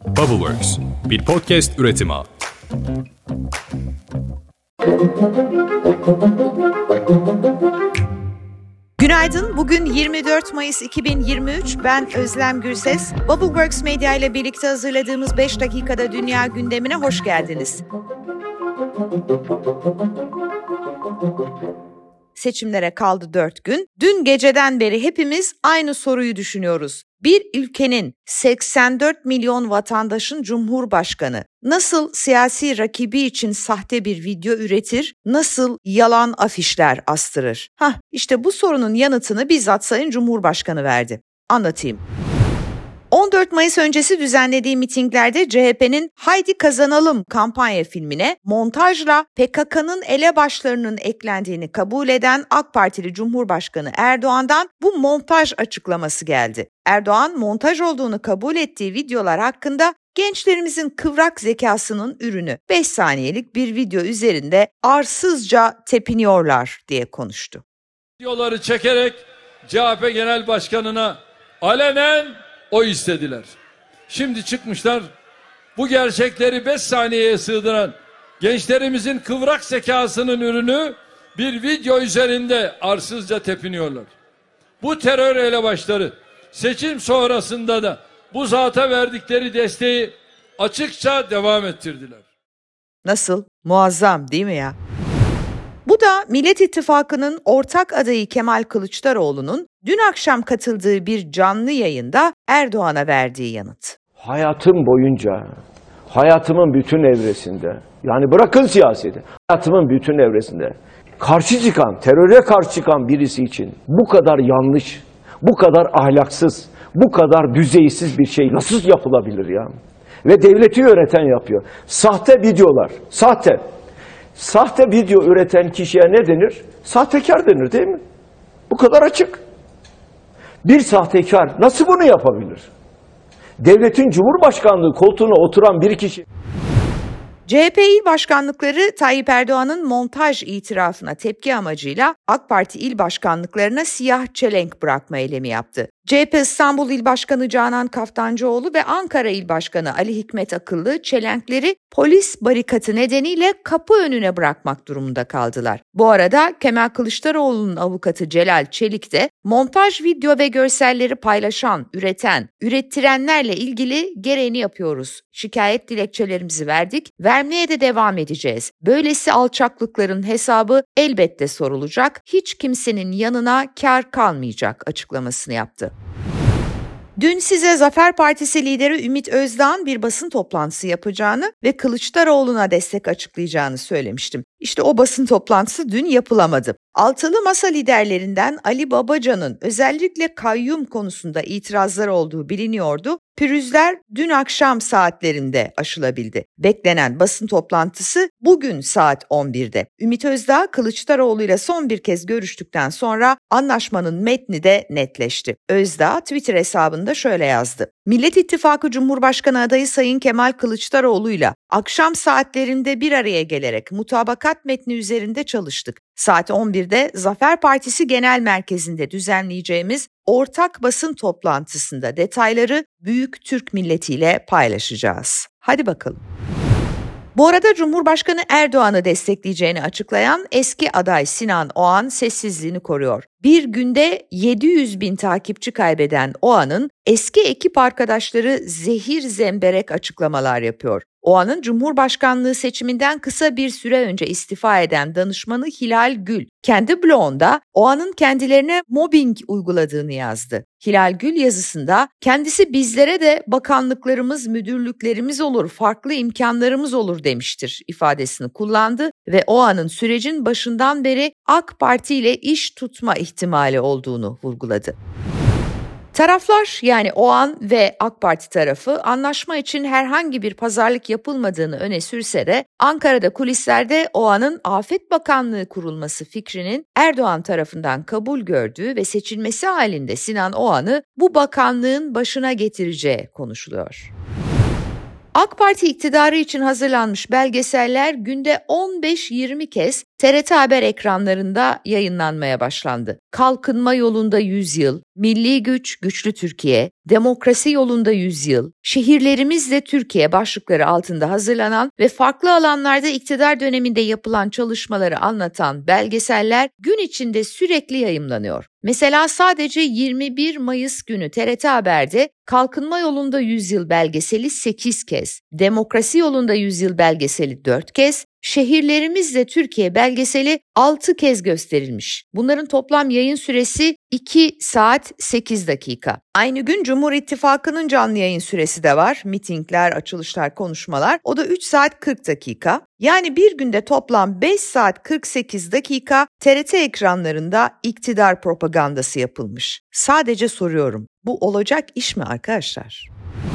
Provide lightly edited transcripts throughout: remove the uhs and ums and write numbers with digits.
Bubbleworks, bir podcast üretimi. Günaydın. Bugün 24 Mayıs 2023. Ben Özlem Gürses. Bubbleworks Medya ile birlikte hazırladığımız 5 dakikada dünya gündemine hoş geldiniz. Seçimlere kaldı 4 gün. Dün geceden beri hepimiz aynı soruyu düşünüyoruz. Bir ülkenin 84 milyon vatandaşın cumhurbaşkanı nasıl siyasi rakibi için sahte bir video üretir, nasıl yalan afişler astırır? İşte bu sorunun yanıtını bizzat Sayın Cumhurbaşkanı verdi. Anlatayım. 14 Mayıs öncesi düzenlediği mitinglerde CHP'nin "Haydi Kazanalım" kampanya filmine montajla PKK'nın elebaşlarının eklendiğini kabul eden AK Partili Cumhurbaşkanı Erdoğan'dan bu montaj açıklaması geldi. Erdoğan, montaj olduğunu kabul ettiği videolar hakkında gençlerimizin kıvrak zekasının ürünü 5 saniyelik bir video üzerinde arsızca tepiniyorlar diye konuştu. Videoları çekerek CHP Genel Başkanı'na alenen oy istediler. Şimdi çıkmışlar bu gerçekleri 5 saniyeye sığdıran gençlerimizin kıvrak zekasının ürünü bir video üzerinde arsızca tepiniyorlar. Bu terör elebaşları seçim sonrasında da bu zata verdikleri desteği açıkça devam ettirdiler. Nasıl? Muazzam değil mi ya? Bu da Millet İttifakı'nın ortak adayı Kemal Kılıçdaroğlu'nun dün akşam katıldığı bir canlı yayında Erdoğan'a verdiği yanıt. Hayatım boyunca, hayatımın bütün evresinde, yani bırakın siyaseti, hayatımın bütün evresinde karşı çıkan, teröre karşı çıkan birisi için bu kadar yanlış, bu kadar ahlaksız, bu kadar düzeysiz bir şey nasıl yapılabilir ya? Ve devleti yöneten yapıyor. Sahte videolar, Sahte video üreten kişiye ne denir? Sahtekar denir değil mi? Bu kadar açık. Bir sahtekar nasıl bunu yapabilir? Devletin Cumhurbaşkanlığı koltuğuna oturan bir kişi... CHP İl Başkanlıkları Tayyip Erdoğan'ın montaj itirafına tepki amacıyla AK Parti il başkanlıklarına siyah çelenk bırakma eylemi yaptı. CHP İstanbul İl Başkanı Canan Kaftancıoğlu ve Ankara İl Başkanı Ali Hikmet Akıllı çelenkleri polis barikatı nedeniyle kapı önüne bırakmak durumunda kaldılar. Bu arada Kemal Kılıçdaroğlu'nun avukatı Celal Çelik de montaj video ve görselleri paylaşan, üreten, ürettirenlerle ilgili gereğini yapıyoruz. Şikayet dilekçelerimizi verdik, vermeye de devam edeceğiz. Böylesi alçaklıkların hesabı elbette sorulacak, hiç kimsenin yanına kar kalmayacak açıklamasını yaptı. Dün size Zafer Partisi lideri Ümit Özdağ'ın bir basın toplantısı yapacağını ve Kılıçdaroğlu'na destek açıklayacağını söylemiştim. İşte o basın toplantısı dün yapılamadı. Altılı Masa liderlerinden Ali Babacan'ın özellikle kayyum konusunda itirazları olduğu biliniyordu. Pürüzler dün akşam saatlerinde aşılabildi. Beklenen basın toplantısı bugün saat 11'de. Ümit Özdağ, Kılıçdaroğlu ile son bir kez görüştükten sonra anlaşmanın metni de netleşti. Özdağ Twitter hesabında şöyle yazdı. Millet İttifakı Cumhurbaşkanı adayı Sayın Kemal Kılıçdaroğlu ile akşam saatlerinde bir araya gelerek mutabakat metni üzerinde çalıştık. Saat 11'de Zafer Partisi Genel Merkezi'nde düzenleyeceğimiz ortak basın toplantısında detayları Büyük Türk milletiyle paylaşacağız. Hadi bakalım. Bu arada Cumhurbaşkanı Erdoğan'ı destekleyeceğini açıklayan eski aday Sinan Oğan sessizliğini koruyor. Bir günde 700 bin takipçi kaybeden Oğan'ın eski ekip arkadaşları zehir zemberek açıklamalar yapıyor. Oğan'ın Cumhurbaşkanlığı seçiminden kısa bir süre önce istifa eden danışmanı Hilal Gül, kendi blogunda Oğan'ın kendilerine mobbing uyguladığını yazdı. Hilal Gül yazısında kendisi bizlere de bakanlıklarımız, müdürlüklerimiz olur, farklı imkanlarımız olur demiştir ifadesini kullandı ve Oğan'ın sürecin başından beri AK Parti ile iş tutma ihtimali olduğunu vurguladı. Taraflar yani Oğan ve AK Parti tarafı anlaşma için herhangi bir pazarlık yapılmadığını öne sürse de Ankara'da kulislerde Oğan'ın Afet Bakanlığı kurulması fikrinin Erdoğan tarafından kabul gördüğü ve seçilmesi halinde Sinan Oğan'ı bu bakanlığın başına getireceği konuşuluyor. AK Parti iktidarı için hazırlanmış belgeseller günde 15-20 kez TRT Haber ekranlarında yayınlanmaya başlandı. Kalkınma yolunda 100 yıl, milli güç, güçlü Türkiye, demokrasi yolunda 100 yıl, şehirlerimizle Türkiye başlıkları altında hazırlanan ve farklı alanlarda iktidar döneminde yapılan çalışmaları anlatan belgeseller gün içinde sürekli yayımlanıyor. Mesela sadece 21 Mayıs günü TRT Haber'de Kalkınma Yolunda 100 Yıl belgeseli 8 kez, Demokrasi Yolunda 100 Yıl belgeseli 4 kez, Şehirlerimizle Türkiye belgeseli 6 kez gösterilmiş. Bunların toplam yayın süresi 2 saat 8 dakika. Aynı gün Cumhur İttifakı'nın canlı yayın süresi de var. Mitingler, açılışlar, konuşmalar. O da 3 saat 40 dakika. Yani bir günde toplam 5 saat 48 dakika TRT ekranlarında iktidar propagandası yapılmış. Sadece soruyorum, bu olacak iş mi arkadaşlar?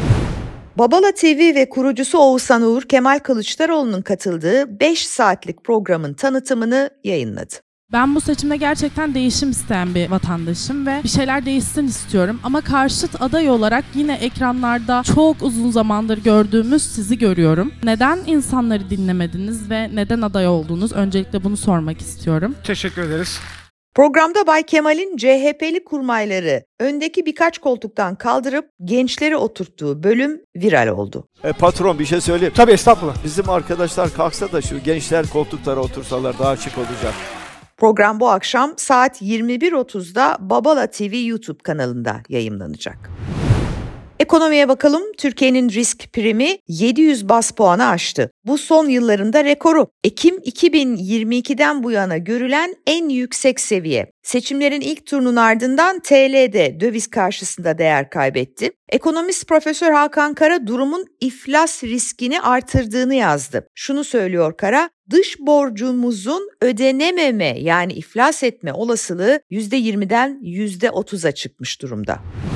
Babala TV ve kurucusu Oğuzhan Uğur, Kemal Kılıçdaroğlu'nun katıldığı 5 saatlik programın tanıtımını yayınladı. Ben bu seçimde gerçekten değişim isteyen bir vatandaşım ve bir şeyler değişsin istiyorum. Ama karşıt aday olarak yine ekranlarda çok uzun zamandır gördüğümüz sizi görüyorum. Neden insanları dinlemediniz ve neden aday oldunuz? Öncelikle bunu sormak istiyorum. Teşekkür ederiz. Programda Bay Kemal'in CHP'li kurmayları öndeki birkaç koltuktan kaldırıp gençleri oturttuğu bölüm viral oldu. Patron bir şey söyleyeyim. Tabii estağfurullah. Bizim arkadaşlar kalksa da şu gençler koltuklara otursalar daha şık olacak. Program bu akşam saat 21.30'da Babala TV YouTube kanalında yayımlanacak. Ekonomiye bakalım. Türkiye'nin risk primi 700 baz puanı aştı. Bu son yıllarında rekoru. Ekim 2022'den bu yana görülen en yüksek seviye. Seçimlerin ilk turunun ardından TL'de döviz karşısında değer kaybetti. Ekonomist Profesör Hakan Kara durumun iflas riskini artırdığını yazdı. Şunu söylüyor Kara, dış borcumuzun ödenememe yani iflas etme olasılığı %20'den %30'a çıkmış durumda.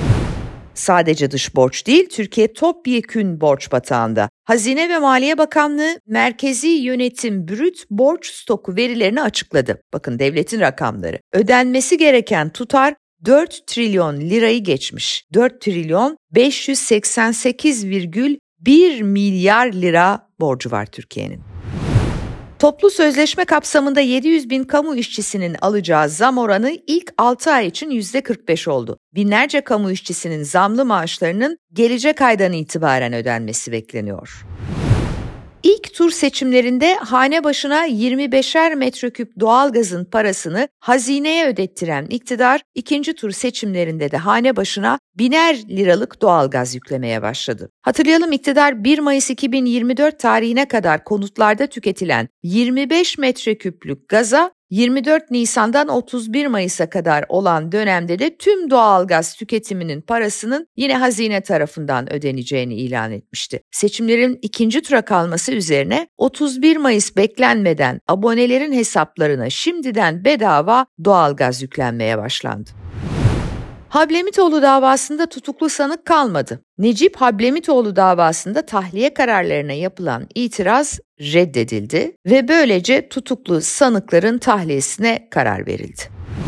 Sadece dış borç değil, Türkiye topyekün borç batağında. Hazine ve Maliye Bakanlığı Merkezi Yönetim Brüt Borç Stoku verilerini açıkladı. Bakın devletin rakamları. Ödenmesi gereken tutar 4 trilyon lirayı geçmiş. 4 trilyon 588,1 milyar lira borcu var Türkiye'nin. Toplu sözleşme kapsamında 700 bin kamu işçisinin alacağı zam oranı ilk 6 ay için %45 oldu. Binlerce kamu işçisinin zamlı maaşlarının gelecek aydan itibaren ödenmesi bekleniyor. İlk tur seçimlerinde hane başına 25'er metreküp doğalgazın parasını hazineye ödettiren iktidar, ikinci tur seçimlerinde de hane başına 1000'er liralık doğalgaz yüklemeye başladı. Hatırlayalım, iktidar 1 Mayıs 2024 tarihine kadar konutlarda tüketilen 25 metreküplük gaza 24 Nisan'dan 31 Mayıs'a kadar olan dönemde de tüm doğalgaz tüketiminin parasının yine hazine tarafından ödeneceğini ilan etmişti. Seçimlerin ikinci tura kalması üzerine 31 Mayıs beklenmeden abonelerin hesaplarına şimdiden bedava doğalgaz yüklenmeye başlandı. Hablemitoğlu davasında tutuklu sanık kalmadı. Necip Hablemitoğlu davasında tahliye kararlarına yapılan itiraz reddedildi ve böylece tutuklu sanıkların tahliyesine karar verildi.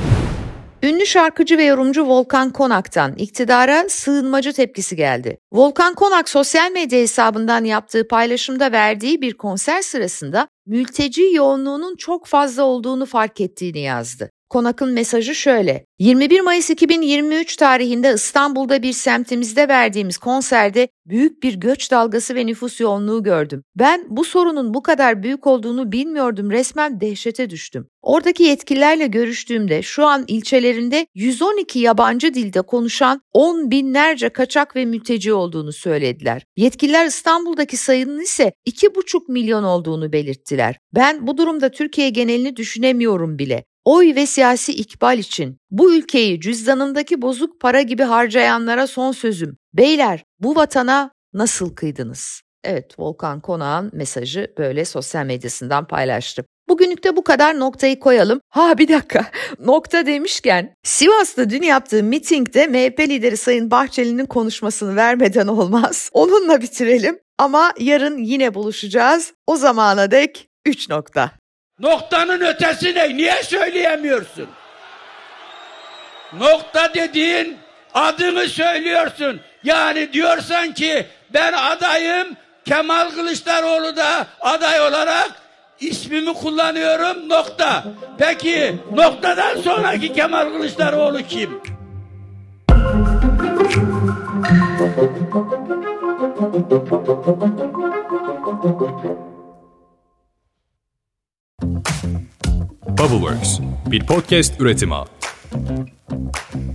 Ünlü şarkıcı ve yorumcu Volkan Konak'tan iktidara sığınmacı tepkisi geldi. Volkan Konak sosyal medya hesabından yaptığı paylaşımda verdiği bir konser sırasında mülteci yoğunluğunun çok fazla olduğunu fark ettiğini yazdı. Konak'ın mesajı şöyle: 21 Mayıs 2023 tarihinde İstanbul'da bir semtimizde verdiğimiz konserde büyük bir göç dalgası ve nüfus yoğunluğu gördüm. Ben bu sorunun bu kadar büyük olduğunu bilmiyordum, resmen dehşete düştüm. Oradaki yetkililerle görüştüğümde şu an ilçelerinde 112 yabancı dilde konuşan 10 binlerce kaçak ve mülteci olduğunu söylediler. Yetkililer İstanbul'daki sayının ise 2,5 milyon olduğunu belirttiler. Ben bu durumda Türkiye genelini düşünemiyorum bile. Oy ve siyasi ikbal için bu ülkeyi cüzdanındaki bozuk para gibi harcayanlara son sözüm. Beyler, bu vatana nasıl kıydınız? Evet, Volkan Konak'ın mesajı böyle sosyal medyasından paylaştı. Bugünlük de bu kadar, noktayı koyalım. Bir dakika, nokta demişken Sivas'ta dün yaptığı mitingde MHP lideri Sayın Bahçeli'nin konuşmasını vermeden olmaz. Onunla bitirelim ama yarın yine buluşacağız. O zamana dek 3 nokta. Noktanın ötesi ne? Niye söyleyemiyorsun? Nokta dediğin adını söylüyorsun. Yani diyorsan ki ben adayım, Kemal Kılıçdaroğlu da aday olarak İsmimi kullanıyorum, nokta. Peki noktadan sonraki Kemal Kılıçdaroğlu kim? Bubbleworks, bir podcast üretimi.